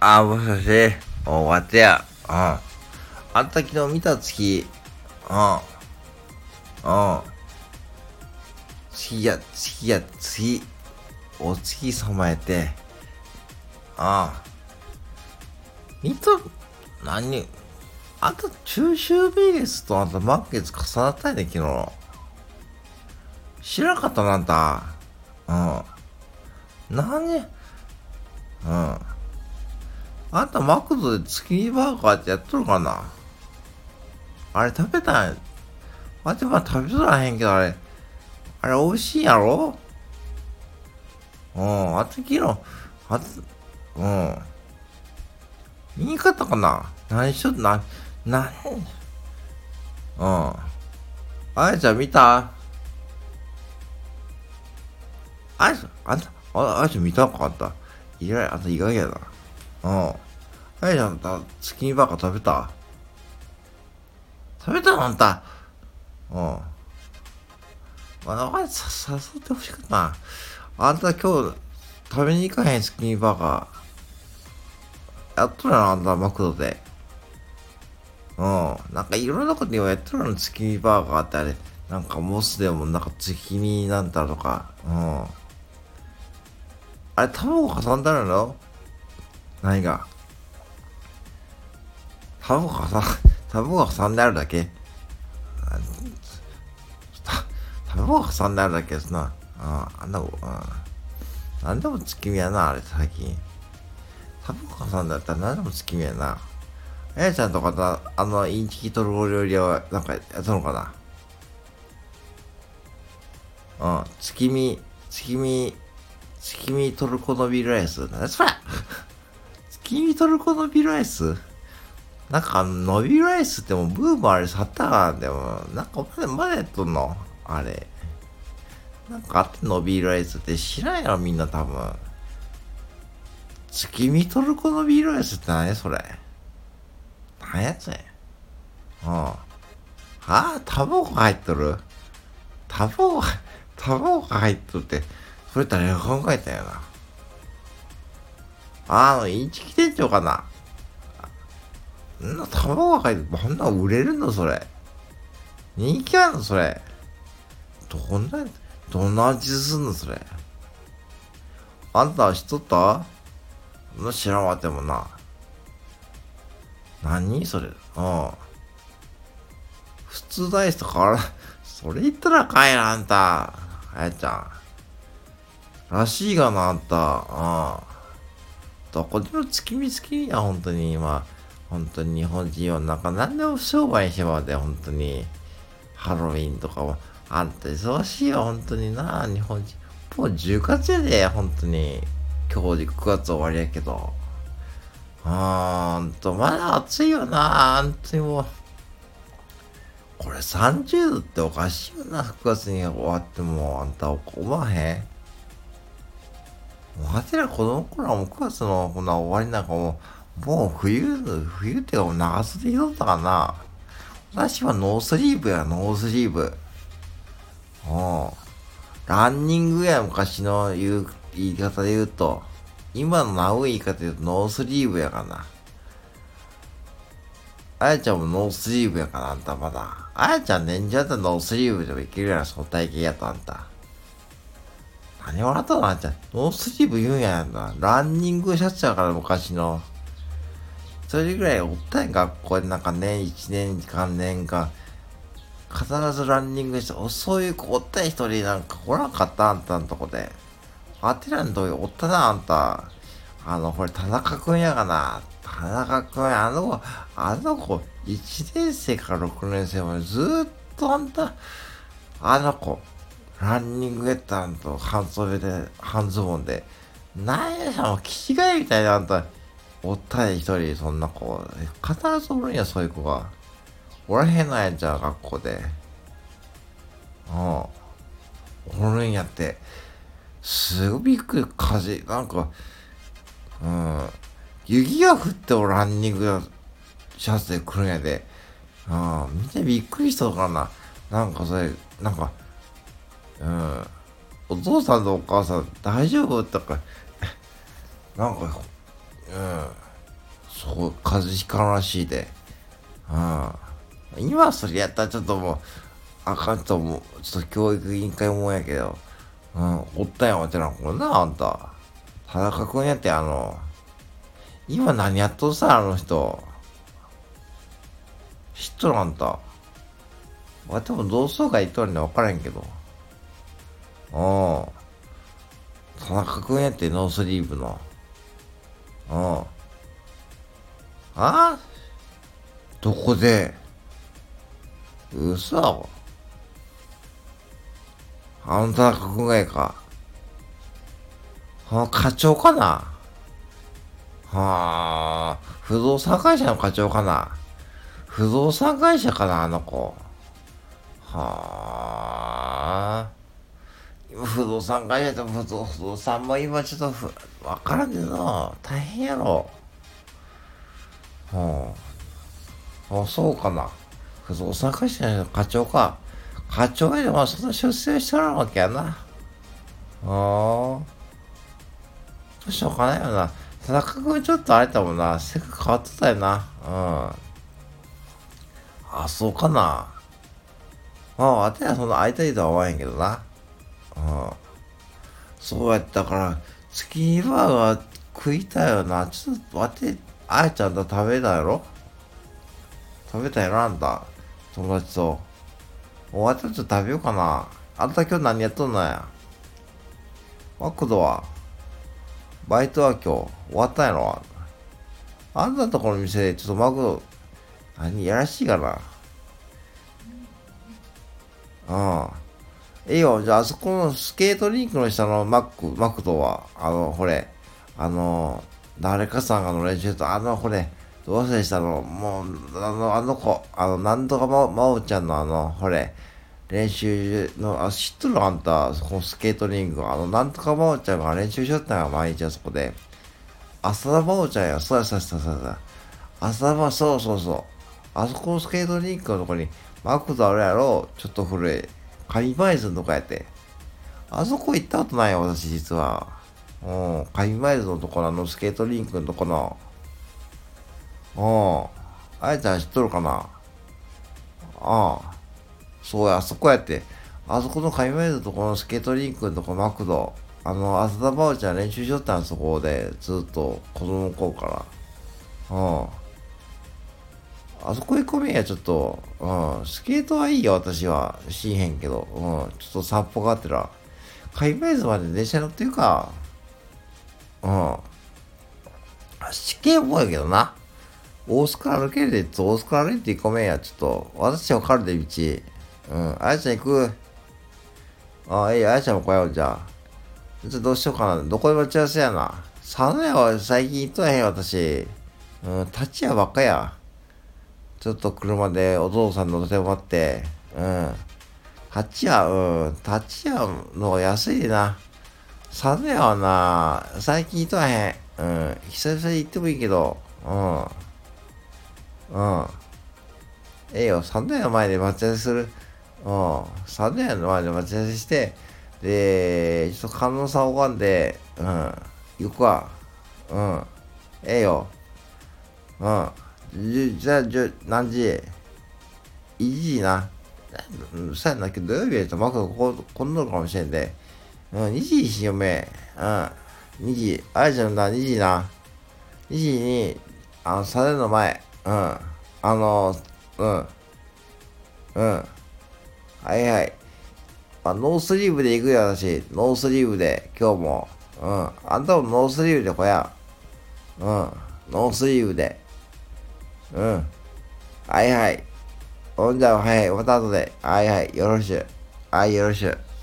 もしもし、終わってや。あんた昨日見た月。月。お月様やて。見た、何あんた中秋名月と満月重なったんやで、昨日。知らなかったな、あんた。何あんたマクドで月見バーガーってやっとるかな。あれ食べたん。食べとらへんけど、あれ美味しいやろ。昨日、見にかったかな。何しとっあやちゃん見た。あやちゃん見たんかあんた。あんた意外やな。あやちゃん、月見バーガー食べたのあんた。誘ってほしかったな。あんた今日、食べに行かへん月見バーガー。やっとるな、あんた、マクドで。なんかいろんなこと今やっとるの、月見バーガーってあれ。なんかモスでもなんか月見なんだとか。あれ、卵挟んだの。何が卵挟んであるだけ。卵挟んであるだけですな。なんでも月見やな、あれ、最近。卵挟んだったら何でも月見やな。あやちゃんとかインチキトルお料理は、なんか、やったのかな。月見トルコのビールライス。何それ。月見トルコのビールライス。なんか伸びライスってもうブームあれ去ったからでも、なんかまだやっとんのあれ。なんかあって伸びライスって知らんやろみんな多分。月見トルコのビールライスって何それ。何やつや。卵が入っとる。卵が入っとって、それ誰が考えたんやな。インチキ店長かな。卵が入って、こんな売れるのそれ。人気あるのそれ。どんな味すんのそれ。あんたは知っとった。知らんわってもな。何それ。普通ダイスと変わらん。それ言ったらかいな、あんた。あやちゃん。らしいがな、あんた。どこでも月見や、本当に今。本当に日本人はなんか何でも商売にしてまうで、本当に。ハロウィンとかも。あんた忙しいよ、本当にな、日本人。もう10月やで、本当に。今日で9月終わりやけど。まだ暑いよな、本当にもう。これ30度っておかしいよな、9月に終わっても。あんた思わへん。わてら子供の頃はもう9月のこんな終わりなんかもう冬ってかもう長袖着とったかな。私はノースリーブや、ノースリーブ。ランニングや、昔の言い方で言うと。今の直い言い方で言うとノースリーブやかな。あやちゃんもノースリーブやかな、あんたまだ。あやちゃん年中だったらノースリーブでもいけるやろ、その体型やとあんた。何笑ったのあんちゃん。ノースリーブ言うんやんな。ランニングシャツやから昔の。それぐらいおったんやん、学校でなんか年1年間年間。必ずランニングして、そういう子おったん一人なんかおらんかった、あんたのとこで。あてらんとおったな、あんた。これ田中くんやがな。田中くん、あの子、1年生から6年生までずーっとあんた、あの子、ランニングやったんと、半袖で、半ズボンで。なんやさ、もう、気違いみたいなあんた、おったり一人、そんな子。必ずおるんや、そういう子が。おらへんのやんじゃあ、学校で。おるんやって。すごいびっくり、なんか、雪が降ってもランニングシャツで来るんやで。みんなびっくりしたのかな。なんかそれ、なんか、お父さんとお母さん大丈夫とか、なんか、 そう、風邪ひかんらしいで。うん。今それやったらちょっともう、あかんと思う。ちょっと教育委員会もんやけど。うん、おったやん、おてな、これな、あんた。田中君やって、今何やっとんさ、あの人。知っとるあんた。俺多分同窓会行っとるんで分からへんけど。うん。田中君やって、ノースリーブの。うん。あどこで嘘あの田中君がやか。課長かなはあ、不動産会社の課長かな不動産会社かなあの子。はあ。今不動産会社と不動産も今ちょっとわからんけど、大変やろ。はあ。あ、そうかな。不動産会社の課長か。課長やでもそんな出世してるわけやな。ああ。どうしようかないよな。田中君ちょっとあれだもんな。性格変わってたよな。うん。あ、そうかな。あてはその会いたいとは思わへんけどな。うん。そうやったから、月見バーガー食いたいよな。ちょっと待って、あやちゃんと食べたやろ食べたやろあんた。友達と。終わったらちょっと食べようかな。あんた今日何やっとんのや。マクドはバイトは今日終わったんやろあんたのところの店でちょっとマクド、何やらしいかな。うん。いいよ。じゃあ、あそこのスケートリンクの下のマクドは、ほれ、誰かさんがの練習と、ほれ、どうせしたのもう、あの子、なんとかまおちゃんのほれ、練習の、知っとるあんた、そこのスケートリンク、なんとかまおちゃんが練習しよったんや、毎日あそこで。浅田真央ちゃんや、そうや。浅田真央、そう。あそこのスケートリンクのとこに、マクドあるやろ、ちょっと古い。上前津のとこやって。あそこ行ったことないよ、私実は。うん、上前津のところスケートリンクのとこの。うん、あやちゃん知っとるかなああ、そうや、あそこやって。あそこの上前津のところのスケートリンクのとこマクド。浅田真央ちゃん練習しとったんそこで、ずっと子供の頃から。うん。あそこ行こめや、ちょっと。うん。スケートはいいよ、私は。しんへんけど。うん。ちょっと散歩があってら。海外図まで電車乗っていうか。うん。試験っぽいけどな。大須から歩けるで、大須から歩いて行こめや、ちょっと。私わかるで、道。うん。あやちゃん行くあやちゃんも来よう、じゃあ。ちょっとどうしようかな。どこで待ち合わせやな。佐野屋は最近行っとへん、私。うん、立ち屋ばっかや。ちょっと車でお父さん乗せてもらって、うん。立ち屋の安いな。サヌヤはな、最近行っとらへん。うん。久々に行ってもいいけど、うん。うん。ええよ、サヌヤの前で待ち合わせする。うん。サヌヤの前で待ち合わせして、で、ちょっと観音さん拝んで、うん。行くわ。うん。ええよ。うん。何時 ?1 時な。うん、そうやんなけど、土曜日やとマクドこんなのかもしれんで。うん、2時にしよめ。うん。2時。あやちゃんな、2時な。2時に、サレの前。うん。うん。うん。はい。ノースリーブで行くよ、私。ノースリーブで、今日も。うん。あんたもノースリーブで来や。うん。ノースリーブで。うん。はい。ほんじゃ、はい。また後で。はい。よろしゅう。はい、よろしゅう。